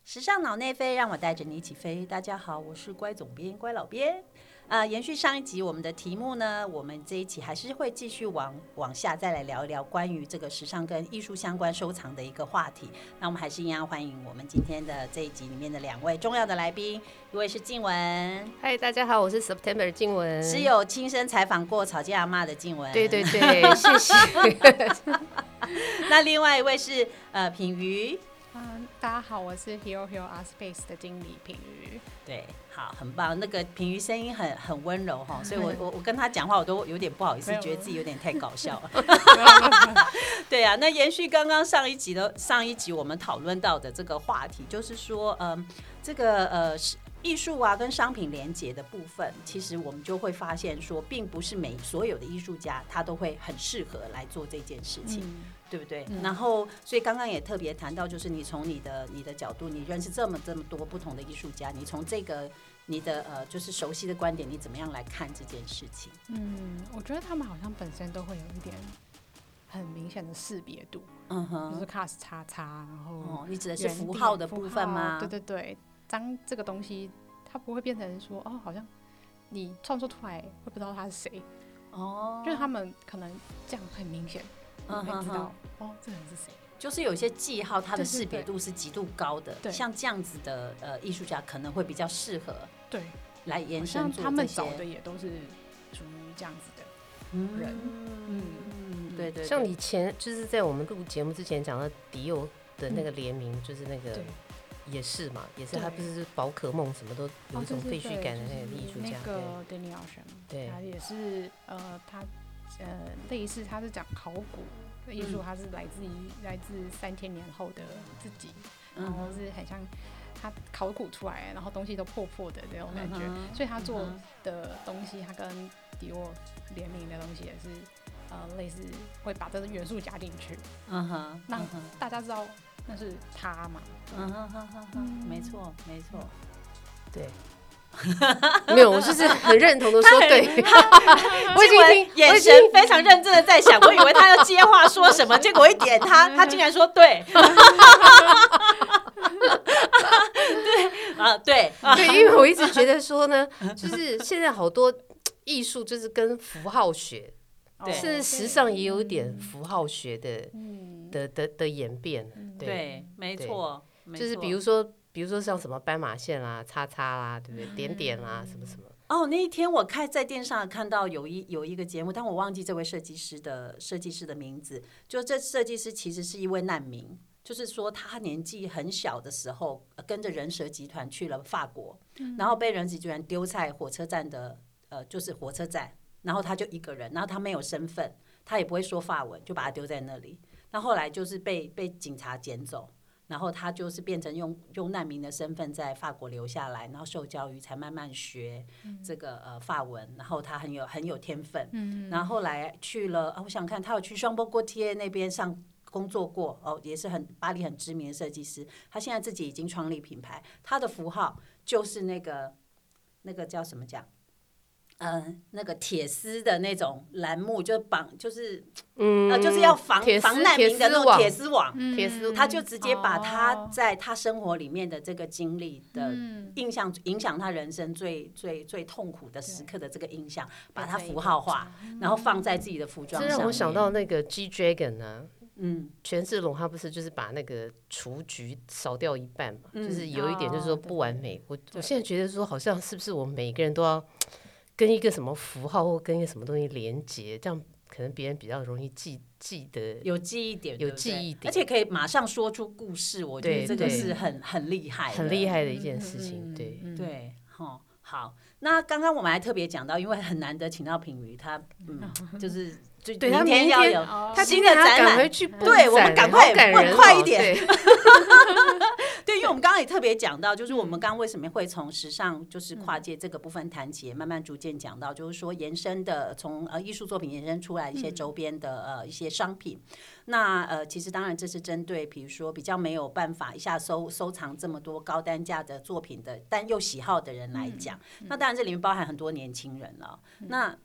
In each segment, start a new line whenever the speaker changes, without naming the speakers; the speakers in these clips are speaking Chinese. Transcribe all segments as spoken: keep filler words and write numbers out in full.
时尚脑内飞，让我带着你一起飞。大家好，我是乖总编、乖老编。呃，延续上一集我们的题目呢，我们这一期还是会继续往往下再来聊一聊关于这个时尚跟艺术相关收藏的一个话题。那我们还是一样欢迎我们今天的这一集里面的两位重要的来宾，一位是静雯。
嗨，大家好，我是 September 静雯，
是有亲身采访过草芥阿嬷的静雯。
对对对，谢谢。
那另外一位是呃品瑜。
嗯，大家好，我是 Hero Hero Art Space 的经理品瑜。
对，好，很棒。那个品瑜声音很很温柔哈，所以我我我跟他讲话我都有点不好意思，觉得自己有点太搞笑了。对啊，那延续刚刚上一集的上一集我们讨论到的这个话题，就是说，嗯，这个呃艺术啊跟商品连结的部分，其实我们就会发现说，并不是每所有的艺术家他都会很适合来做这件事情。嗯，对不对？嗯、然后，所以刚刚也特别谈到，就是你从你的你的角度，你认识这么这么多不同的艺术家，你从这个你的呃就是熟悉的观点，你怎么样来看这件事情？
嗯，我觉得他们好像本身都会有一点很明显的识别度，嗯哼，就是 cast 叉叉，然后、哦、
你指的是符号的部分吗？
对对对，当这个东西它不会变成说哦，好像你创作出来会不知道他是谁哦，就是他们可能这样很明显。你会知道、嗯、哦，这人是谁？
就是有些记号，它的识别度是极度高的。对，像这样子的呃艺术家，可能会比较适合对来延伸做这些。
他们找的也都是属于这样子的人。
嗯，嗯对, 对对。
像你前就是在我们录节目之前讲到迪奥的那个联名，嗯、就是那个也是嘛，也是他不是宝可梦什么都有一种废墟感的那个艺术家。
那个 Danny Ocean， 对，他也是呃他。呃，类似他是讲考古的艺术，它是来自于来自三千年后的自己，然后是很像他考古出来，然后东西都破破的那种感觉，嗯、所以他做的东西，他跟迪奥联名的东西也是呃类似，会把这个元素加进去，嗯哼，让大家知道那是他嘛，
嗯哼哼哼哼，没错没错，
对。没有，我就是很认同的说对。
我已经听眼神非常认真的在想，我以为他要接话说什么，结果一点他，他竟然说对。对啊，对
对，因为我一直觉得说呢，就是现在好多艺术就是跟符号学，甚至时尚也有一点符号学的的的的演变。
对，没错，
就是比如说。比如说像什么斑马线啦、叉叉啦，对不对？点点啦，什么什么。
哦，那一天我看在电视上看到有一有一个节目，但我忘记这位设计师的设计师的名字。就这设计师其实是一位难民，就是说他年纪很小的时候跟着人蛇集团去了法国，嗯、然后被人蛇集团丢在火车站的呃，就是火车站，然后他就一个人，然后他没有身份，他也不会说法文，就把他丢在那里。那后来就是被被警察捡走。然后他就是变成用用难民的身份在法国留下来，然后受教育，才慢慢学这个、嗯、呃法文。然后他很有很有天分，嗯、然后后来去了、啊，我想看他有去双波锅贴那边上工作过，哦，也是很巴黎很知名的设计师。他现在自己已经创立品牌，他的符号就是那个那个叫什么讲？呃，那个铁丝的那种栏目，就绑，就是，嗯，呃，就是要防防难民的那种铁丝网，铁丝，他就直接把他在他生活里面的这个经历的印象，嗯、影响他人生最最最痛苦的时刻的这个印象，把它符号化，然后放在自己的服装上面。
这让我想到那个 G Dragon 啊，嗯，权志龙他不是就是把那个雏菊扫掉一半嘛，嗯、就是有一点就是说不完美。哦、我我现在觉得说，好像是不是我们每一个人都要。跟一个什么符号或跟一个什么东西连接，这样可能别人比较容易记记得，
有记忆点，
有记忆点，
而且可以马上说出故事。我觉得这个是很很厉害的，
很厉害的一件事情。嗯、对、
嗯、对，哦，好。那刚刚我们还特别讲到，因为很难得请到品瑜，他嗯，就是就
对
明天要有
他
新的展览，对，我们赶快问快一点。对，因为我们刚刚也特别讲到，就是我们刚刚为什么会从时尚就是跨界这个部分谈起，慢慢逐渐讲到，就是说延伸的从呃艺术作品延伸出来一些周边的呃一些商品。那呃其实当然这是针对比如说比较没有办法一下收收藏这么多高单价的作品的，但又喜好的人来讲，那当然这里面包含很多年轻人了。那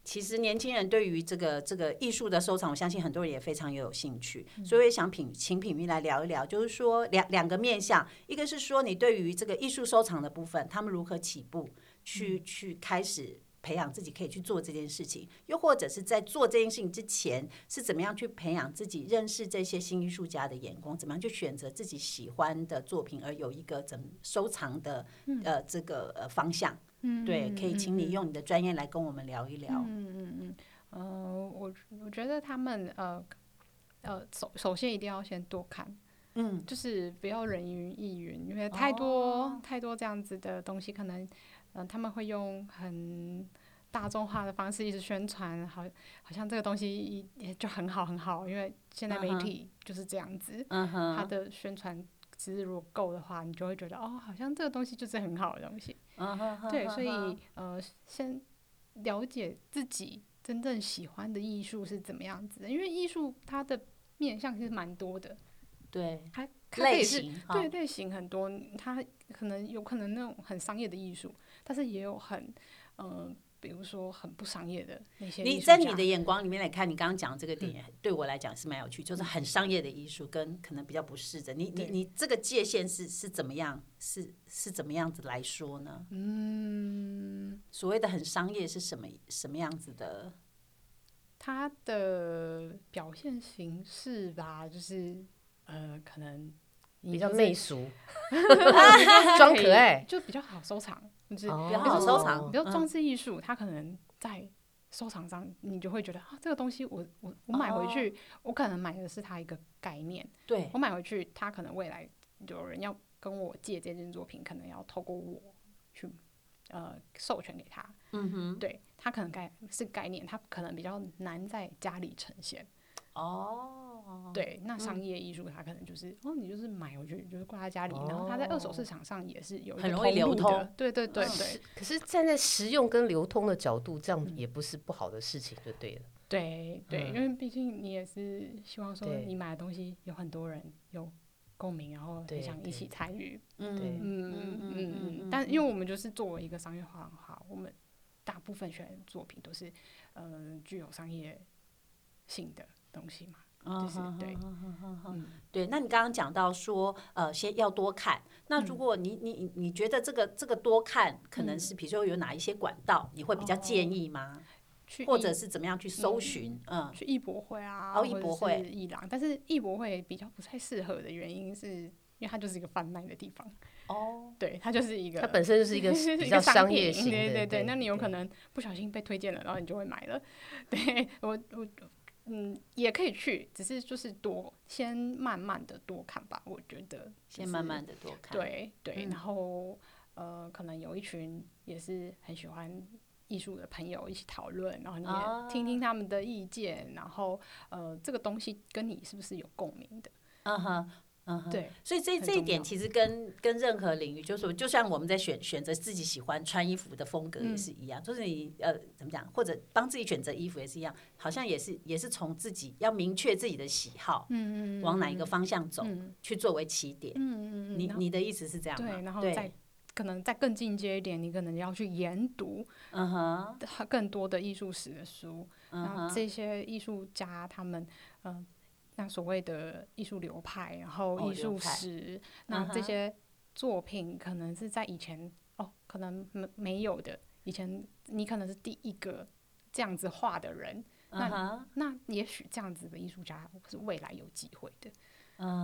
其实年轻人对于这个这个艺术的收藏，我相信很多人也非常有兴趣，所以我也想品请品妤来聊一聊，就是说两两个面向，一个是说你对于这个艺术收藏的部分，他们如何起步去、嗯、去开始培养自己可以去做这件事情，又或者是在做这件事情之前是怎么样去培养自己认识这些新艺术家的眼光，怎么样去选择自己喜欢的作品，而有一个怎么收藏的、嗯、呃这个呃方向。对，可以请你用你的专业来跟我们聊一聊。
嗯嗯嗯，呃，我我觉得他们呃呃首首先一定要先多看，嗯，就是不要人云亦云，因为太多、哦、太多这样子的东西，可能嗯、呃、他们会用很大众化的方式一直宣传，好好像这个东西也就很好很好，因为现在媒体就是这样子，嗯、它的宣传。其实如果够的话，你就会觉得哦，好像这个东西就是很好的东西。Uh-huh, 对， uh-huh. 所以呃，先了解自己真正喜欢的艺术是怎么样子的，因为艺术它的面向其实蛮多的。
对，
它它可以是对类型很多，它可能有可能那种很商业的艺术，但是也有很呃。比如说很不商业的那些艺术家，
你在你的眼光里面来看，你刚刚讲这个点、嗯、对我来讲是蛮有趣，就是很商业的艺术跟可能比较不是的，你你你这个界限是是怎么样，是是怎么样子来说呢？嗯，所谓的很商业是什么什么样子的？
它的表现形式吧，就是呃，可能
比较媚俗，装可爱，
就比较好收藏。就是
比较好收藏，
比如装置艺术，它可能在收藏上，你就会觉得啊，这个东西我我我买回去、哦，我可能买的是它一个概念，
对，
我买回去，它可能未来有人要跟我借这件作品，可能要透过我去呃授权给他，嗯哼，对，它可能概是概念，它可能比较难在家里呈现。哦，对，那商业艺术它可能就是、嗯、哦，你就是买回去就是挂在家里、哦，然后它在二手市场上也是有一个
很容易流通，
对对对对。
可是站在实用跟流通的角度，这样也不是不好的事情，就对了。
对对、嗯，因为毕竟你也是希望说你买的东西有很多人有共鸣，然后很想一起参与。嗯嗯嗯嗯嗯。但因为我们就是作为一个商业化很好，我们大部分选的作品都是呃具有商业性的东西嘛，就是对，
嗯，对。那你刚刚讲到说，呃，先要多看。那如果你你你觉得这个这个多看，可能是比如说有哪一些管道，你会比较建议吗？或者是怎么样去搜寻？嗯，
去艺博会啊，
哦，艺博会、
艺廊，但是艺博会比较不太适合的原因是，因为它就是一个贩卖的地方。哦，对，它就是一个，
它本身就是一个比较商业型的，
对对对。那你有可能不小心被推荐了，然后你就会买了。对我我。嗯，也可以去，只是就是多先慢慢的多看吧，我觉得、就是、
先慢慢的多看，
对对、嗯，然后呃，可能有一群也是很喜欢艺术的朋友一起讨论，然后你也听听他们的意见，啊、然后呃，这个东西跟你是不是有共鸣的？嗯哼。
嗯，对，所以这这一点其实跟跟任何领域，就是说，就像我们在选选择自己喜欢穿衣服的风格也是一样，嗯、就是你呃怎么讲，或者帮自己选择衣服也是一样，好像也是也是从自己要明确自己的喜好，嗯嗯，往哪一个方向走，嗯、去作为起点，嗯嗯，你你的意思是这样吗？
对，然后再可能再更进阶一点，你可能要去研读，嗯哼，更多的艺术史的书，嗯、然后这些艺术家他们，嗯、呃。那所谓的艺术流派，然后艺术史、哦，那这些作品可能是在以前哦，可能没没有的。以前你可能是第一个这样子画的人，那、uh-huh. 那也許这样子的艺术家是未来有机会的。嗯、uh, ，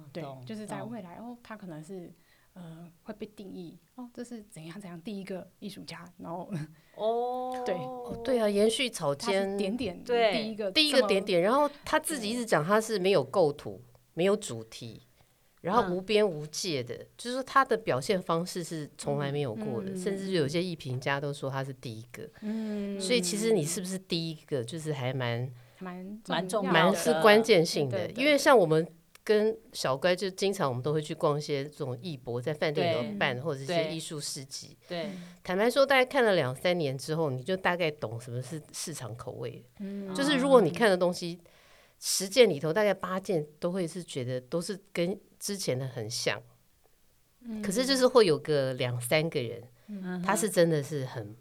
对，就是在未来哦，他可能是呃会被定义哦，这是怎样怎样第一个艺术家，然后哦，对
哦对啊，延续草间
点点
对
第一个
第一个点点，然后他自己一直讲他是没有构图、没有主题，然后无边无界的，嗯、就是说他的表现方式是从来没有过的，嗯、甚至有些艺评家都说他是第一个。嗯，所以其实你是不是第一个，就是还蛮
蛮
蛮重要的，
蛮是关键性的，因为像我们。跟小乖就经常我们都会去逛一些这种艺博，在饭店有办或者一些艺术市集。对，坦白说，大概看了两三年之后，你就大概懂什么是市场口味。嗯，就是如果你看的东西，十件里头大概八件都会是觉得都是跟之前的很像。嗯，可是就是会有个两三个人，嗯、他是真的是很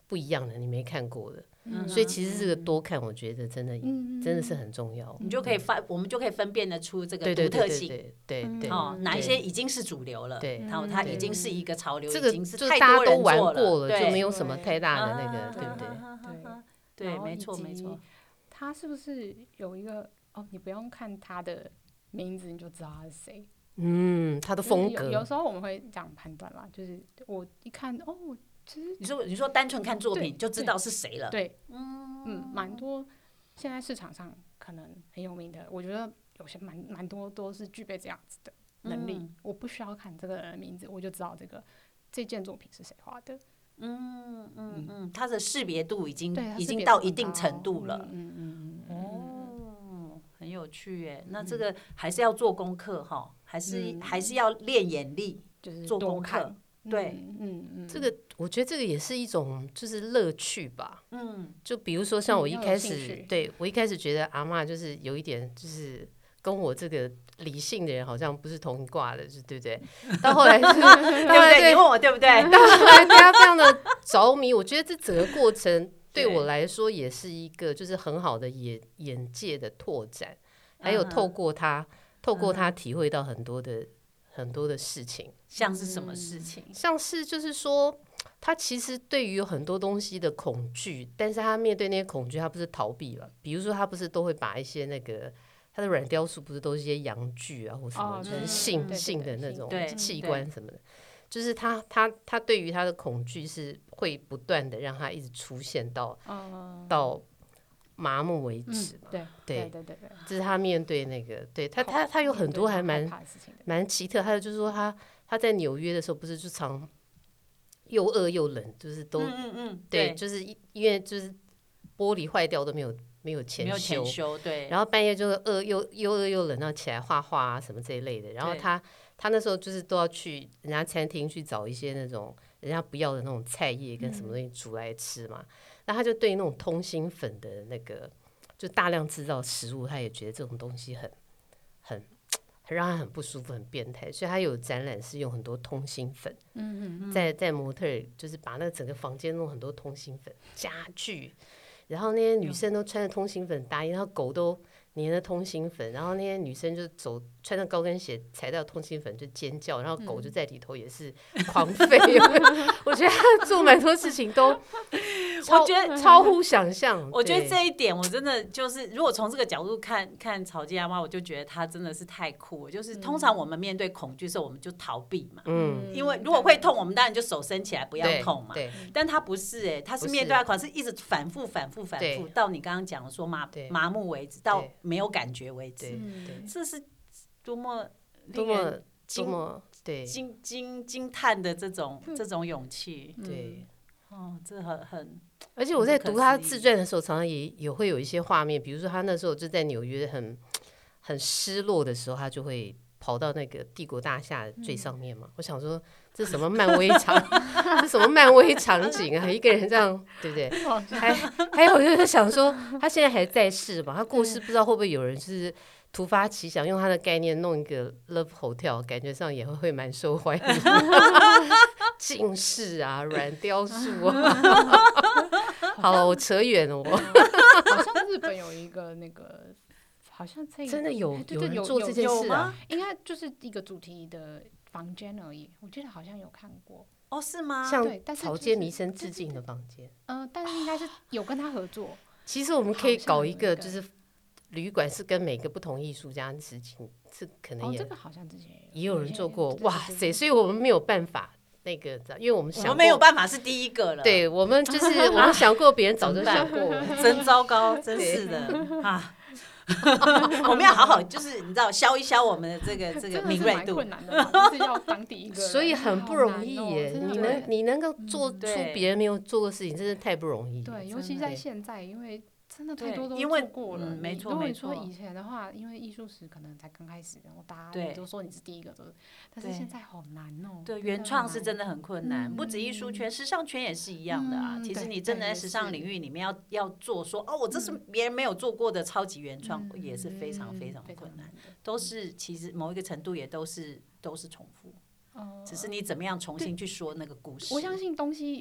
不一样的，你没看过的。
嗯，
所以其实这个多看，我觉得真的、嗯、真的是很重要。
你就可以分，我们就可以分辨得出这个独特性，
对对对对，
哦，哪一些已经是主流了，
对，
然后它已经是一个潮流，
这个
已经是
太多人
玩
过
了，
就没有什么太大的那个，
对
不对？
对，对，没错没错。
他是不是有一个哦？你不用看他的名字，你就知道他是谁。
嗯，他的风格。
有, 有时候我们会这样判断啦，就是我一看哦。
你说你说单纯看作品就知道是谁了，
对，嗯嗯，蛮多现在市场上可能很有名的，我觉得有些蛮蛮多都是具备这样子的能力、嗯。我不需要看这个人的名字，我就知道这个这件作品是谁画的。
嗯嗯嗯，他的识别度已经已经
到
一定程度了。
嗯嗯嗯
哦，很有趣耶。那这个还是要做功课哈，还是、嗯、还是要练眼力，
就是
做功课。对，
嗯嗯，
这个我觉得这个也是一种就是乐趣吧。嗯，就比如说像我一开始，嗯、对我一开始觉得阿嬷就是有一点就是跟我这个理性的人好像不是同一挂的，对不对？到后来是，对
不对？你问我对不对？
到后来对他非常的着迷，我觉得这整个过程对我来说也是一个就是很好的眼眼界的拓展，还有透过他、uh-huh. 透过他体会到很多的。很多的事情，
像是什么事情？
嗯、像是就是说，他其实对于有很多东西的恐惧，但是他面对那些恐惧，他不是逃避了。比如说，他不是都会把一些那个他的软雕塑，不是都是一些阳具啊，或什么，就是性、哦、性的那种器官什么的。就是他他他对于他的恐惧是会不断的让他一直出现到、嗯、到。麻木为止嘛、
嗯、对对对对对，
这是他面对那个，对他他他有很多还蛮蛮奇特，还有就是说他他在纽约的时候不是就常又饿又冷，就是都
嗯嗯嗯
对，
对，
就是因为就是玻璃坏掉都没有没有钱修，
没有钱修对，
然后半夜就饿又又饿又冷，然后起来画画啊什么这一类的，然后他他那时候就是都要去人家餐厅去找一些那种人家不要的那种菜叶跟什么东西煮来吃嘛。嗯，那他就对那种通心粉的那个，就大量制造食物，他也觉得这种东西很很很让他很不舒服，很变态。所以他有展览是用很多通心粉，嗯嗯，在在模特儿就是把那个整个房间弄很多通心粉家具，然后那些女生都穿着通心粉大衣，然后狗都粘着通心粉，然后那些女生就走穿着高跟鞋踩到通心粉就尖叫，然后狗就在里头也是狂吠。嗯、我觉得他做蛮多事情都，我觉得超乎想象。
我觉得这一点我真的就是，如果从这个角度看看草芥阿嬷，我就觉得他真的是太酷了。就是通常我们面对恐惧的时候，我们就逃避嘛，嗯，因为如果会痛，我们当然就手伸起来不要痛嘛。
对，
但他不是哎、欸，他是面对他可能是一直反复反复反复，到你刚刚讲的说麻麻木为止，到没有感觉为止。
对，
这是多么
多么多么对
惊惊惊叹的这种这种勇气，
对，
哦，这很很。
而且我在读他自传的时候，常常也也会有一些画面，比如说他那时候就在纽约很很失落的时候，他就会跑到那个帝国大厦最上面嘛。嗯、我想说，这是什么漫威场？这是什么漫威场景啊？一个人这样，对不对？还还有就是想说，他现在还在世嘛？他过世不知道会不会有人就是突发奇想，用他的概念弄一个 Love Hotel， 感觉上也会会蛮受欢迎的。近视啊，软雕塑啊。好了，我扯远了我。
好像日本有一个那个，好像这
真的有
有
人做这件事啊？
应该就是一个主题的房间而已，我记得好像有看过。
哦，是吗？
向草芥弥生致敬的房间。
嗯、呃，但是应该是有跟他合作。
其实我们可以搞一个，就是旅馆是跟每个不同艺术家致敬，这可能也、
哦、这个好像之前
也有人做过。哇塞！所以我们没有办法。那个，因为我们想过，
我们没有办法是第一个了。
对，我们就是我们想过，别人早就想过了，
真糟糕，真是的啊！我们要好好，就是你知道，消一消我们的这个这个敏锐度，
困难的嘛，就是要当第一个，
所以很不容易耶。你能你能够做出别人没有做过的事情，真是太不容易。
对，尤其在现在，因为。真的太多都做过了，
嗯、没错
如果
你
说以前的话，因为艺术史可能才刚开始，然后大家也都说你是第一个，但是现在好难哦。
对，原创是真的很困难，嗯、不止艺术圈，时尚圈也是一样的啊。嗯、其实你真的在时尚领域里面要要做说，哦，我这是别人没有做过的超级原创，嗯、也是非常非常困难，嗯、都是其实某一个程度也都是都是重复，嗯、只是你怎么样重新去说那个故事。
我相信东西。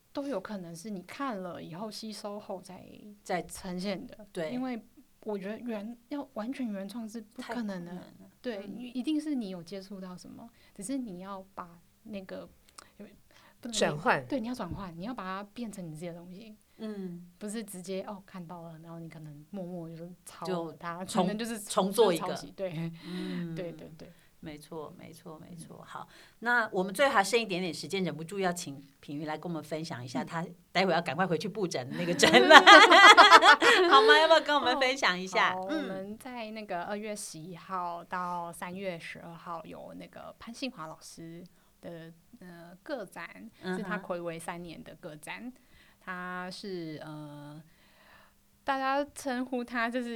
都有可能是你看了以后吸收后再
再
呈现的。
对，
因为我觉得原要完全原创是不可能的。对、嗯，一定是你有接触到什么，只是你要把那个
转换，
对，你要转换，你要把它变成你自己的东西。
嗯，
不是直接哦看到了，然后你可能默默就是抄它，
重
可能就是
重做一个，
对，
嗯，
对对对。
没错，没错，没错。好，那我们最后还剩一点点时间，忍不住要请品瑜来跟我们分享一下，他待会要赶快回去布展的那个展览，好吗？要不要跟我们分享一下？
哦嗯、我们在那个二月十一号到三月十二号有那个潘信华老师的呃个展，是他睽违三年的个展，他是呃大家称呼他就是。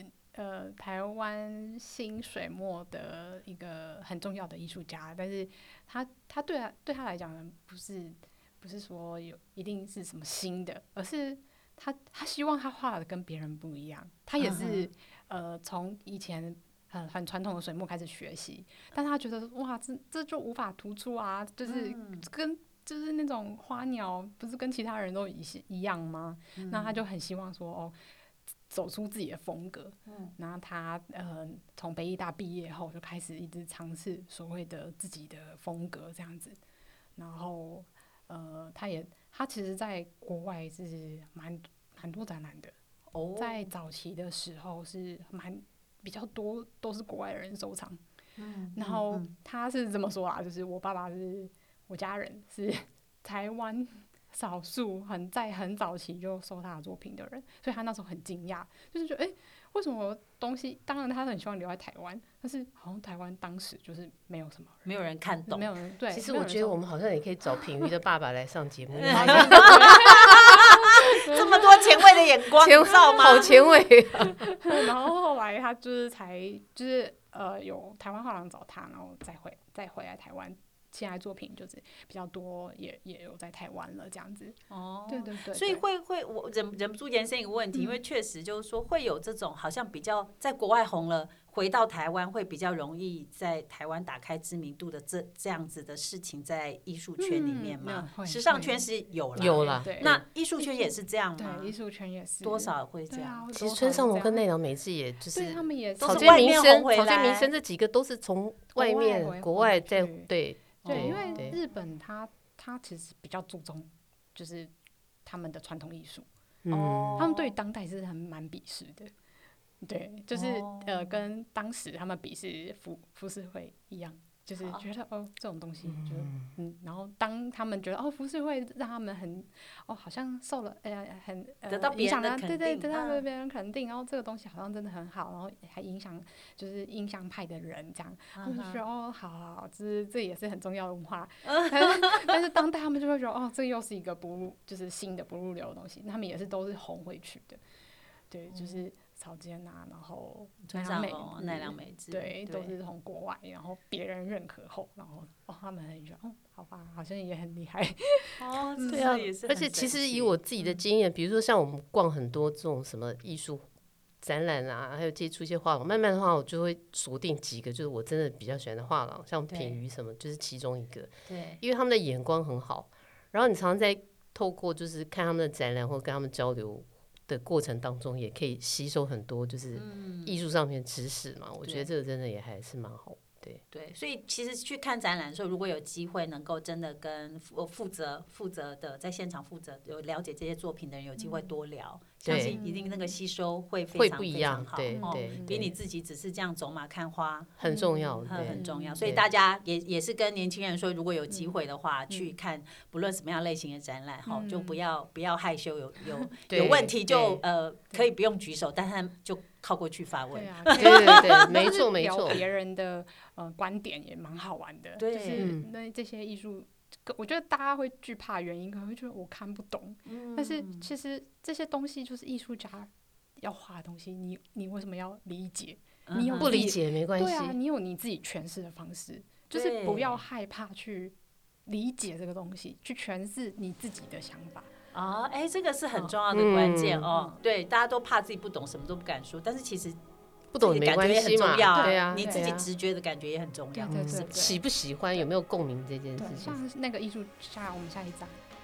呃，台湾新水墨的一个很重要的艺术家，但是他他对他对他来讲呢，不是不是说有一定是什么新的，而是他他希望他画的跟别人不一样，他也是、嗯、呃从以前很很传统的水墨开始学习，但他觉得哇，这这就无法突出啊，就是跟。就是那种花鸟，不是跟其他人都一一样吗？嗯、那他就很希望说哦。走出自己的风格，嗯，然后他呃从北艺大毕业后就开始一直尝试所谓的自己的风格这样子，然后呃他也他其实在国外是蛮蛮多展览的，哦，在早期的时候是蛮比较多都是国外的人收藏，嗯，然后他是这么说啊，就是我爸爸是我家人是台湾。少数很在很早期就收他的作品的人，所以他那时候很惊讶，就是觉得哎、欸，为什么东西？当然他很希望留在台湾，但是好像台湾当时就是没有什么人，
没有人看懂，
没有人对。
其实我觉得我们好像也可以找品瑜的爸爸来上节目，
这么多前卫的眼光，
前卫好前卫、啊。
然后后来他就是才就是呃有台湾画廊找他，然后再回再回来台湾。现在作品就是比较多也，也也有在台湾了这样子。哦，对对 对, 对。
所以会会我忍忍不住延伸一个问题，嗯、因为确实就是说会有这种好像比较在国外红了，回到台湾会比较容易在台湾打开知名度的这这样子的事情，在艺术圈里面吗？嗯、时尚圈是有啦，
有啦。
那艺术圈也是这样吗？
对，艺术圈也是
多少会这样。
啊、
其实村上隆跟内郎美智也就是
他们也
草
间弥生、
草
间弥生这几个都是从外面国外在对。
对，因为日本它它其实比较注重就是他们的传统艺术，嗯，他们对当代是很蛮鄙视的，对，就是、哦、呃跟当时他们鄙视浮浮世绘一样。就是觉得哦，这种东西就嗯，然后当他们觉得哦，浮世绘让他们很哦，好像受了呃很呃
得到别人的肯定，
对对，得到别人肯定，然后这个东西好像真的很好，然后还影响就是印象派的人这样，他们就觉得哦，好好好，这这也是很重要的文化，但是但是当代他们就会觉得哦，这又是一个不入就是新的不入流的东西，他们也是都是红回去的，对，就是。草间啊，然后
村上隆、奈良美智，
对，都是从国外，然后别人认可后，然后哦，他们很觉得，哦，好吧，好像也很厉害。
哦，
对啊，而且其实以我自己的经验，嗯、比如说像我们逛很多这种什么艺术展览啊，还有接触一些画廊，慢慢的话，我就会锁定几个，就是我真的比较喜欢的画廊，像品瑜什么，就是其中一个。
对，
因为他们的眼光很好，然后你常常在透过就是看他们的展览或跟他们交流。的过程当中也可以吸收很多就是艺术上面的知识嘛、嗯、我觉得这个真的也还是蛮好。对
对，所以其实去看展览的时候，如果有机会能够真的跟负责负责的在现场负责有了解这些作品的人有机会多聊，嗯、相信一定那个吸收会非常非常好，
对对、
哦，比你自己只是这样走马看花
很重要，
嗯、很重要。所以大家也也是跟年轻人说，如果有机会的话，嗯、去看不论什么样类型的展览，哈、嗯，就不要不要害羞，有有有问题就呃可以不用举手，但他就靠过去发问。
对啊，
对对对，没错没错。
别人的呃观点也蛮好玩的，
对，
就是那这些艺术，我觉得大家会惧怕的原因，可能会觉得我看不懂，嗯、但是其实这些东西就是艺术家要画的东西，你你为什么要理解？
嗯、
你有
不理解没关系，
对啊，你有你自己诠释的方式，就是不要害怕去理解这个东西，去诠释你自己的想法。
哦，哎，这个是很重要的关键、嗯、哦。对，大家都怕自己不懂，什么都不敢说，但是其实
不懂没关系嘛，对啊，
你自己直觉的感觉也很重要。
对对对对，
喜不喜欢，有没有共鸣这件事情。
像那个艺术，像我们下一张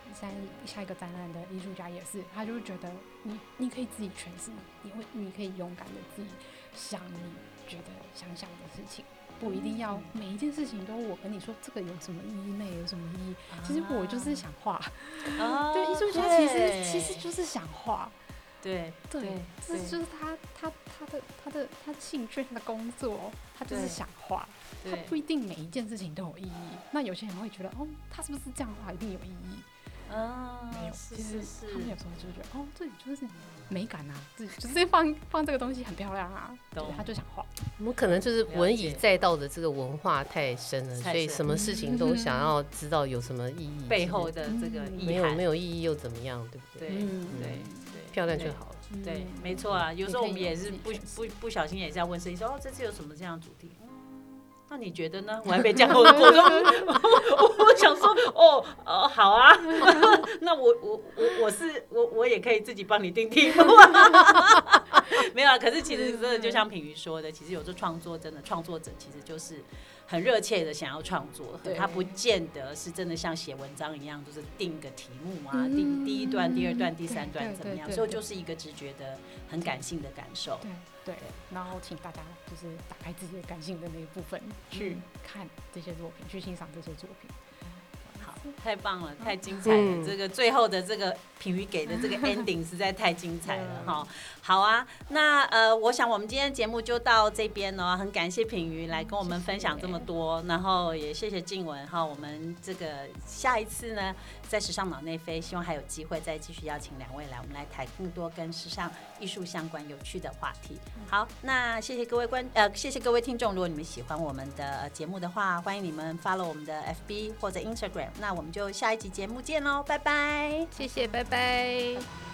在下一个展览的艺术家也是，他就会觉得你你可以自己诠释，你会你可以勇敢的自己想你觉得想想的事情，不一定要每一件事情都我跟你说这个有什么意义，那有什么意义。其实我就是想画，啊、对，艺术家其实其实就是想画。
对
对，这就是他他他的他的他的兴趣，他的工作，他就是想画，他不一定每一件事情都有意义。那有些人会觉得，哦，他是不是这样画一定有意义？啊，没有，其实他们有时候就觉得，哦，这里就是美感啊，就就是放放这个东西很漂亮啊，对，他就想画。
我们可能就是文以载道的这个文化太深了，所以什么事情都想要知道有什么意义，
背后的这个意义，
没有没有意义又怎么样，对不
对？对对。
漂亮就好了，
对，没错啊。有时候我们也是不不不小心也是要问设计师，哦，这次有什么这样的主题？嗯，那你觉得呢？我还没讲过，我我我想说，哦，呃，好啊，那我我我我是我我也可以自己帮你定题目啊。没有啊，可是其实真的就像品瑜说的，其实有时候创作真的创作者其实就是很热切的想要创作，他不见得是真的像写文章一样，就是定个题目啊，嗯、第第一段、第二段、第三段怎么样，所以就是一个直觉的、很感性的感受。
对对，然后请大家就是打开自己的感性的那一部分，去看这些作品，去欣赏这些作品。
太棒了，太精彩了！嗯、这个最后的这个品瑜给的这个 ending 实在太精彩了哈。好啊，那呃，我想我们今天节目就到这边了，很感谢品瑜来跟我们分享这么多，然后也谢谢静雯哈。我们这个下一次呢，在时尚脑内飞，希望还有机会再继续邀请两位来，我们来谈更多跟时尚艺术相关有趣的话题。好，那谢谢各位观呃，谢谢各位听众。如果你们喜欢我们的节目的话，欢迎你们 follow 我们的 F B 或者 Instagram。那我们就下一集节目见喽，拜拜！
谢谢，拜拜。